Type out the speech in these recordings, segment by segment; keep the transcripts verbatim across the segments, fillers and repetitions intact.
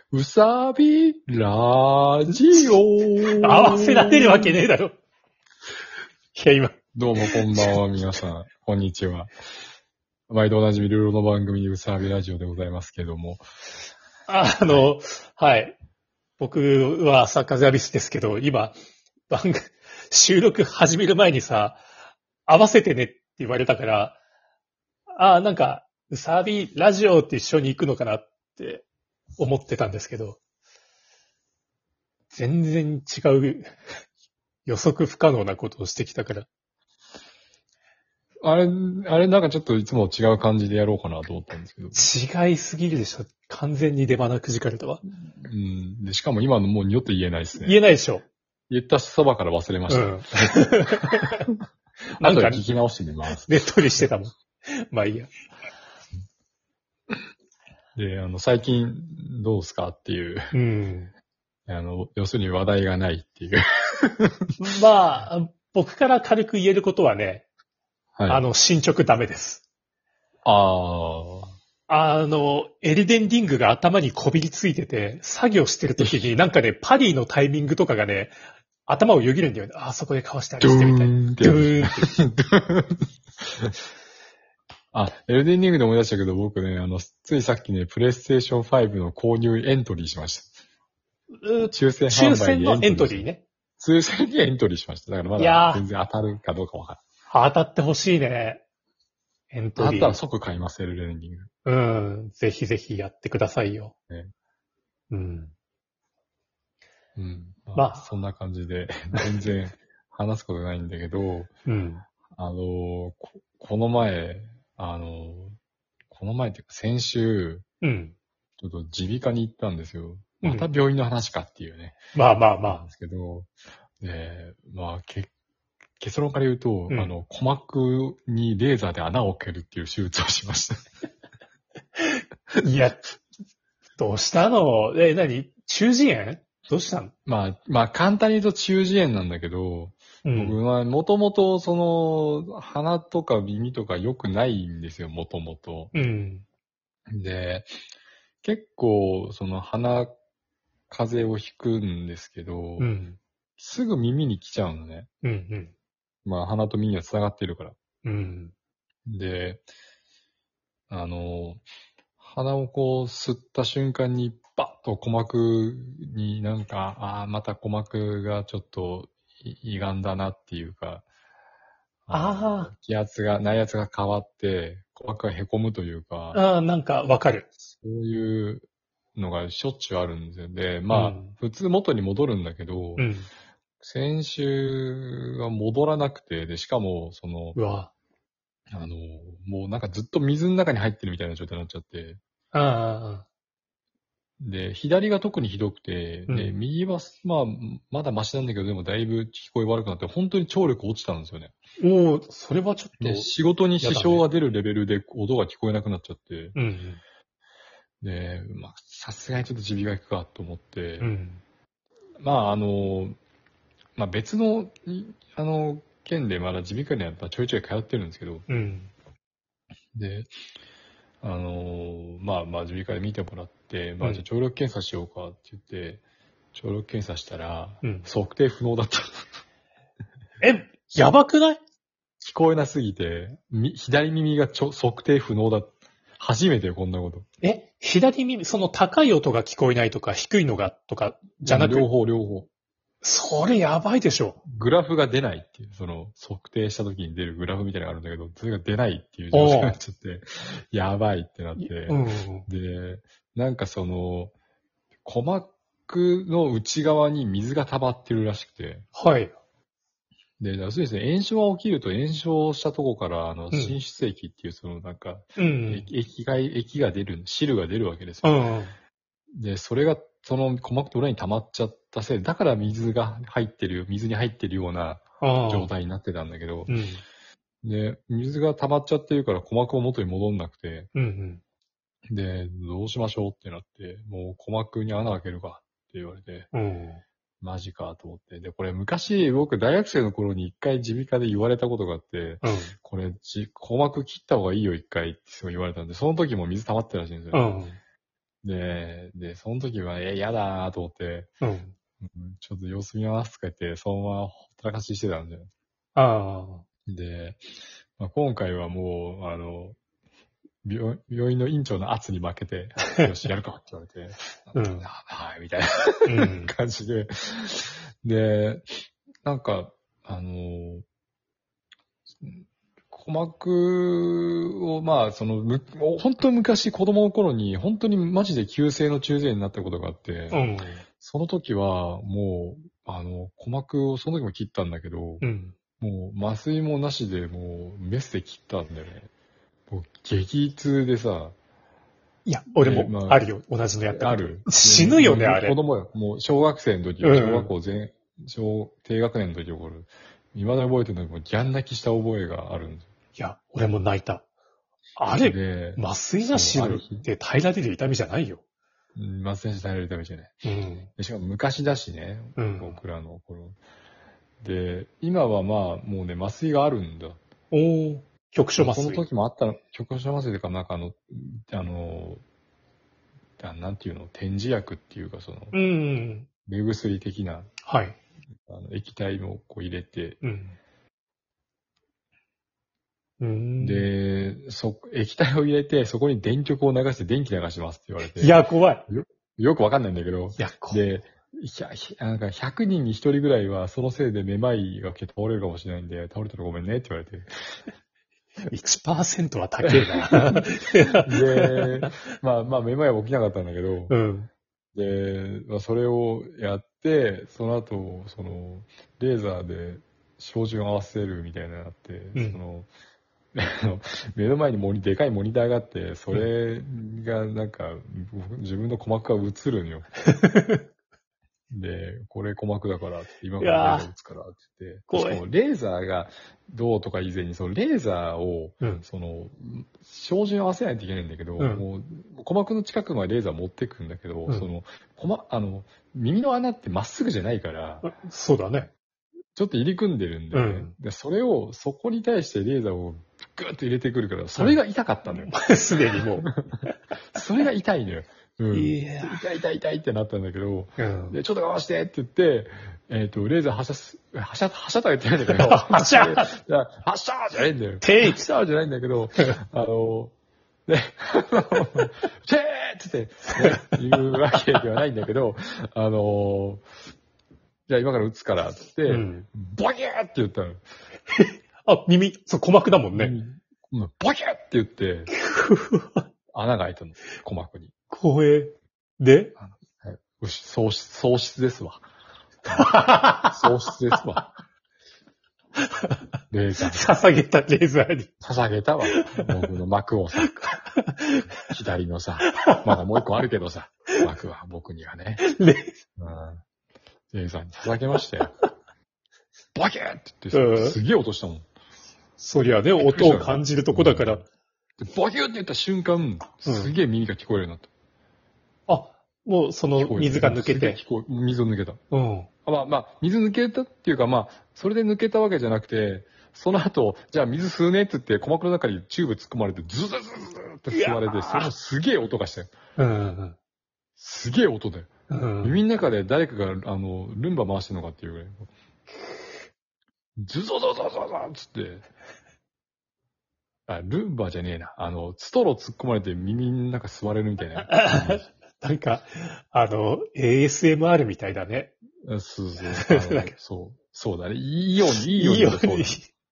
うさびラジオ。 合わせられるわけねえだろ。いや、今。 どうもこんばんは、皆さん。こんにちは。毎度おなじみルールの番組、うさびラジオでございますけども。 あの、はい。僕は朝風アビスですけど、今、番組、収録始める前にさ、合わせてねって言われたから、ああ、なんか、うさびラジオって一緒に行くのかなって思ってたんですけど、全然違う予測不可能なことをしてきたから。 あれ、あれなんかちょっといつも違う感じでやろうかなと思ったんですけど。 違いすぎるでしょ。完全に出花くじかれたわ。 うん。で、しかも今のもう二度と言えないですね。 言えないでしょ。 言ったそばから忘れました。 うん。なんか後で聞き直してみます。 ねっとりしてたもん。まあいいや。 で、あの、最近どうすかっていう、 うん。 あの、要するに話題がないっていう。 まあ、僕から軽く言えることはね、 はい。 あの、進捗ダメです。 ああ。 あの、エルデンリングが頭にこびりついてて、作業してる時になんかね、パリのタイミングとかがね、頭をよぎるんだよね。あそこでかわしてあれしてみたいな。ドゥーンって。 あ、エルデンリングで思い出したけど、僕ね、あの、ついさっきね、プレイステーションファイブの購入エントリーしました。抽選販売に抽選のエントリーね。 抽選にエントリーしました。だからまだ全然当たるかどうかわか当たってほしいね。エントリー。 当たったら即買います、エルデンリング。 うん。ぜひぜひやってくださいよ。 ね、 うん。 うん。まあ、 まあ、 そんな感じで、全然話すことないんだけど、 うん。 あのこ、この前、あの、この前っていうか先週、 うん。 ちょっと耳鼻科に行ったんですよ。 うん、 また病院の話かっていうね。 まあまあまあ。 なんですけど、で、まあ、け結論から言うと、 うん、 あの、鼓膜にレーザーで穴を開けるっていう手術をしました。 いや、どうしたのえ、何中耳炎どうしたのまあ、まあ、簡単に言うと中耳炎なんだけど、 うん、 僕はもともとその、鼻とか耳とか良くないんですよ、もともと。 うん。 で、結構、その鼻風邪をひくんですけど、 うん、 すぐ耳に来ちゃうのね。 うん、うん。 まあ、鼻と耳が繋がってるから。 うん。 で、あの、鼻をこう吸った瞬間にバッと鼓膜になんか、ああ、また鼓膜がちょっと歪んだなっていうか、 あ気圧が、内圧が変わって、鼓膜が凹むというか、 あ、ああ、なんかわかる。 そういうのがしょっちゅうあるんですよ。で、まあ、 うん、 普通元に戻るんだけど、 うん。 先週は戻らなくて、で、しかも、その、 うわ。 あの、もうなんかずっと水の中に入ってるみたいな状態になっちゃって、 ああ、 で、左が特にひどくて、で、 うん。 右は、まあ、まだマシなんだけど、でもだいぶ聞こえ悪くなって、本当に聴力落ちたんですよね。 おお、それはちょっと、 で、仕事に支障が出るレベルで音が聞こえなくなっちゃって、 うん、 で、まあ、さすがにちょっと耳鼻科行くかと思って、 うん。 まあ、あの、まあ別の、あの、県でまだ耳鼻科にはやっぱちょいちょい通ってるんですけど、 うん。 で、あの、まあまあ耳鼻科で見てもらって、まあじゃあうん。 聴力検査しようかって言って、聴力検査したら、 うん。 測定不能だった。 え、やばくない？ 聞こえなすぎて、み左耳がちょ測定不能だ。初めてよ、こんなこと。 え、左耳、その高い音が聞こえないとか低いのがとかじゃなく、 両方両方。 それやばいでしょ。 グラフが出ないっていう、その、測定した時に出るグラフみたいなのがあるんだけど、それが出ないっていう状態になっちゃって、やばいってなって、 うん。 で、なんかその、鼓膜の内側に水が溜まってるらしくて、 はい。 で、そうですね、炎症が起きると炎症したとこから、あの、 うん滲出液っていう、そのなんか、 うん液液が、液が出る、汁が出るわけですよ。 うん。 で、それが、その鼓膜の裏に溜まっちゃったせいで、だから水が入ってる、水に入ってるような状態になってたんだけど、 うん。 で、水が溜まっちゃってるから鼓膜も元に戻んなくて、 うんで、どうしましょうってなって、もう鼓膜に穴開けるかって言われて、 うん。うん。 マジかと思って。で、これ昔僕大学生の頃に一回耳鼻科で言われたことがあって、 うん。 これ、鼓膜切った方がいいよ一回って言われたんで、その時も水溜まってたらしいんですよ。 うん。 で、で、その時は、え、やだなと思って、 うん。 うん、ちょっと様子見ますとか言って、そのままほったらかししてたんだよ。 ああ。 で、まあ、今回はもう、あの、病病院の院長の圧に負けて、よし、やるかって言われて、 うん。 はい、みたいなうん。 感じで。で、なんか、あの、鼓膜を、まあ、その、む、本当昔子供の頃に、本当にマジで急性の中耳炎になったことがあって、 うん。 その時は、もう、あの、鼓膜をその時も切ったんだけど、 うん。 もう麻酔もなしでもうメスで切ったんだよね。もう激痛でさ、 いや、俺で、 もまあるよ。同じのやったあ、 こと。 ある。 死ぬよね、 もうあれ。 子供よ。もう小学生の時、 うん小学校全、小、低学年の時起こる。未だに覚えてるのに、もうギャン泣きした覚えがあるんですいや、俺も泣いた。あれ、 で、 麻酔なしそう、ある日、 で耐えられる痛みじゃないよ。 うん麻酔師耐えられるためじゃない。 うん。 でしかも昔だしね、 うん。 僕らの頃。で、今はまあ、もうね、麻酔があるんだ。 おー、局所麻その酔。 時もあったの、局所麻酔というか、なんかあの、あの、あなんていうの、点耳薬っていうか、その、 うん。 目薬的な、 はい。 あの液体をこう入れて、 うん。うーん。 で、そ、液体を入れて、そこに電極を流して電気流しますって言われて。 いや、怖い。 よ、よくわかんないんだけど。 いや、怖い。 で、ひゃ、ひなんかひゃくにんにひとりぐらいはそのせいでめまいが来て倒れるかもしれないんで、倒れたらごめんねって言われて。 いちパーセント は高えな。 で、まあまあめまいは起きなかったんだけど、 うん。 で、まあそれをやって、その後、その、レーザーで照準を合わせるみたいなのがあって、 うんその、あの目の前にモニ、でかいモニターがあって、それがなんか、自分の鼓膜が映るのよ。で、これ鼓膜だからって、今からレーザー打つからって言って、し怖いかもレーザーがどうとか以前に、そのレーザーを、 うん。 その、照準合わせないといけないんだけど、 うんもう、鼓膜の近くまでレーザー持ってくんだけど、 うんその、鼓膜、あの、耳の穴ってまっすぐじゃないから、 そうだね。 ちょっと入り組んでるんだよね。 うんで、それを、そこに対してレーザーをグーッと入れてくるから、それが痛かったのよ。 すでにもう。 それが痛いのよ。うん。 いや痛い痛い痛いってなったんだけど、 うん。 で、ちょっと我慢してって言って、えっ、と、レーザー発射す、発射、発射とは言ってないんだけど、 発射いや発射じゃないんだよ。 テイク発射じゃないんだけど、あの、で、チェーってって、ね、言うわけではないんだけど、あの、じゃあ今から撃つからって言って、 うん。 ボキューって言ったの。 あ、耳、そう、鼓膜だもんね。 うん。ボキューって言って、穴が開いたの。鼓膜に。 怖え。ではい。よし、喪失、喪失ですわ。喪失ですわ。レーザー。 捧げたレーザーに。 捧げたわ。僕の幕をさ。左のさ。まだもう一個あるけどさ。幕は僕にはね。 レうんレーザーに捧げましたよ。ボキューって言ってうんさ、すげえ音したもん。 そりゃね、音を感じるとこだから。 でボキューって言った瞬間、すげえ耳が聞こえるようになった。 あ、もうその水が抜けて。 すげえ聞こえ水を抜けた。 うん。 あまあまあ、水抜けたっていうかまあ、それで抜けたわけじゃなくて、その後、じゃあ水吸うねって言って、鼓膜の中にチューブ突っ込まれて、ズズズズズって吸われて、それもすげえ音がしたよ。 うん。 すげえ音だよ。 うん。 耳の中で誰かが、あの、ルンバ回してるのかっていうぐらい。ズゾゾゾゾゾっつって。あ、ルンバじゃねえな。あの、ストロー突っ込まれて耳の中吸われるみたいな。 なんか、あの、エーエスエムアール みたいだね。 そうそう。あのそう。そうだね。いいように、いいように。 いいようにそうだ。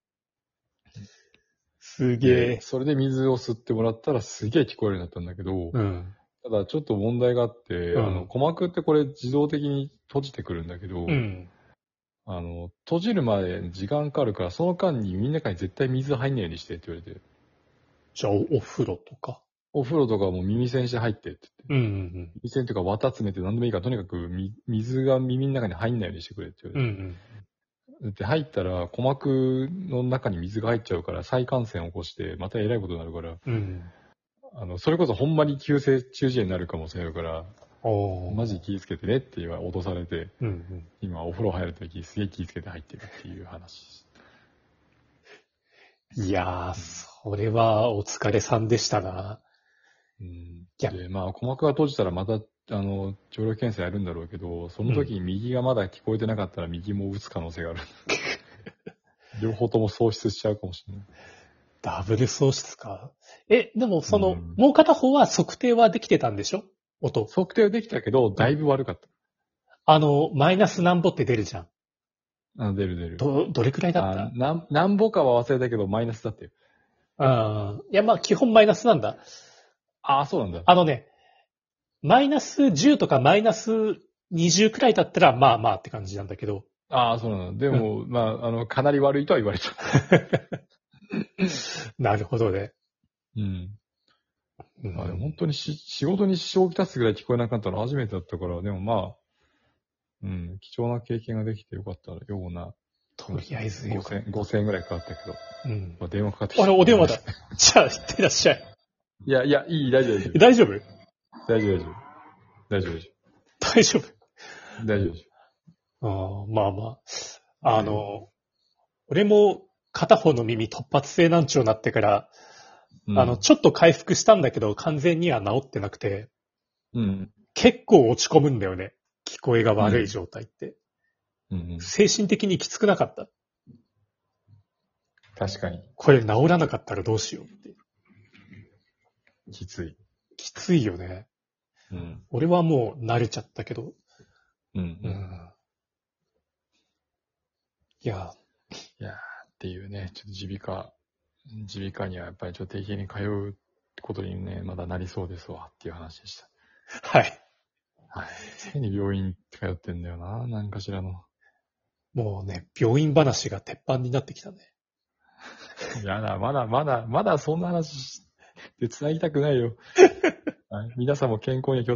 すげで、 え。 それで水を吸ってもらったらすげえ聞こえるようになったんだけど、 うん。 ただちょっと問題があって、 うんあの、鼓膜ってこれ自動的に閉じてくるんだけど、 うん。 あの、閉じるまで時間かかるから、その間に耳の中に絶対水入んないようにしてって言われて、 じゃあ、お風呂とか。 お風呂とかも耳栓して入ってって言って、 うんうん耳栓というか綿詰めて何でもいいから、とにかくみ水が耳の中に入んないようにしてくれって言うん。うわれて、 んで、入ったら鼓膜の中に水が入っちゃうから再感染を起こして、またえらいことになるから、 うん。うん。 あの、それこそほんまに急性中耳炎になるかもしれないから、 おー。 マジ気ぃつけてねって言わ脅されて、 うんうん。 今お風呂入るときすげえ気ぃつけて入ってるっていう話。 いやー、それはお疲れさんでしたな。 うん。 いやで、まあ、鼓膜が閉じたらまた、あの、聴力検査やるんだろうけど、その時に右がまだ聞こえてなかったら右も打つ可能性がある。両方とも喪失しちゃうかもしれない。 ダブル喪失か。え、でもその、 うんもう片方は測定はできてたんでしょ音。 測定はできたけど、だいぶ悪かった。 あの、マイナス何歩って出るじゃん。 あ、出る出る。 ど、どれくらいだっあたなん、なんぼかは忘れたけど、マイナスだったよ。 ああ。いや、まあ、基本マイナスなんだ。 ああ、そうなんだ。 あのね、マイナスじゅうとかマイナスにじゅうくらいだったら、まあまあって感じなんだけど。 ああ、そうなんだ。でも、まあ、あの、かなり悪いとは言われた。 なるほどね。 うん。 うんあ本当にし仕事に支障をきたすぐらい聞こえなかったの初めてだったから、でもまあ、うん、貴重な経験ができてよかったような。 とりあえずよかっごせん、ごせんえんぐらいかかったけど。 た。うん。 まあ、電話かかってきた。 あれ、お電話だ。じゃあ、行ってらっしゃい。 いや、いや、いい、大丈夫、大丈夫。 大丈夫大丈夫、大丈夫。大丈夫、大丈大丈夫。 夫。大丈夫、大丈ああ、まあまあ。あの、俺も片方の耳突発性難聴になってから、 夫。 あの、ちょっと回復したんだけど、完全には治ってなくて、 うん。 結構落ち込むんだよね。聞こえが悪い状態って。 うん、うん。 精神的にきつくなかった。 確かに、 これ治らなかったらどうしようって。 きつい。 きついよね。 うん。 俺はもう慣れちゃったけど。 うん、 ううん。 ん。いや、 いやーっていうね、ちょっと耳鼻科、耳鼻科にはやっぱりちょっと定期的に通うことにね、まだなりそうですわっていう話でした。 はい。 はい。常に病院通ってんだよな、なんかしらの。 もうね、病院話が鉄板になってきたね。 やだ、まだまだ、まだそんな話で繋ぎたくないよ。はい、皆さんも健康には気を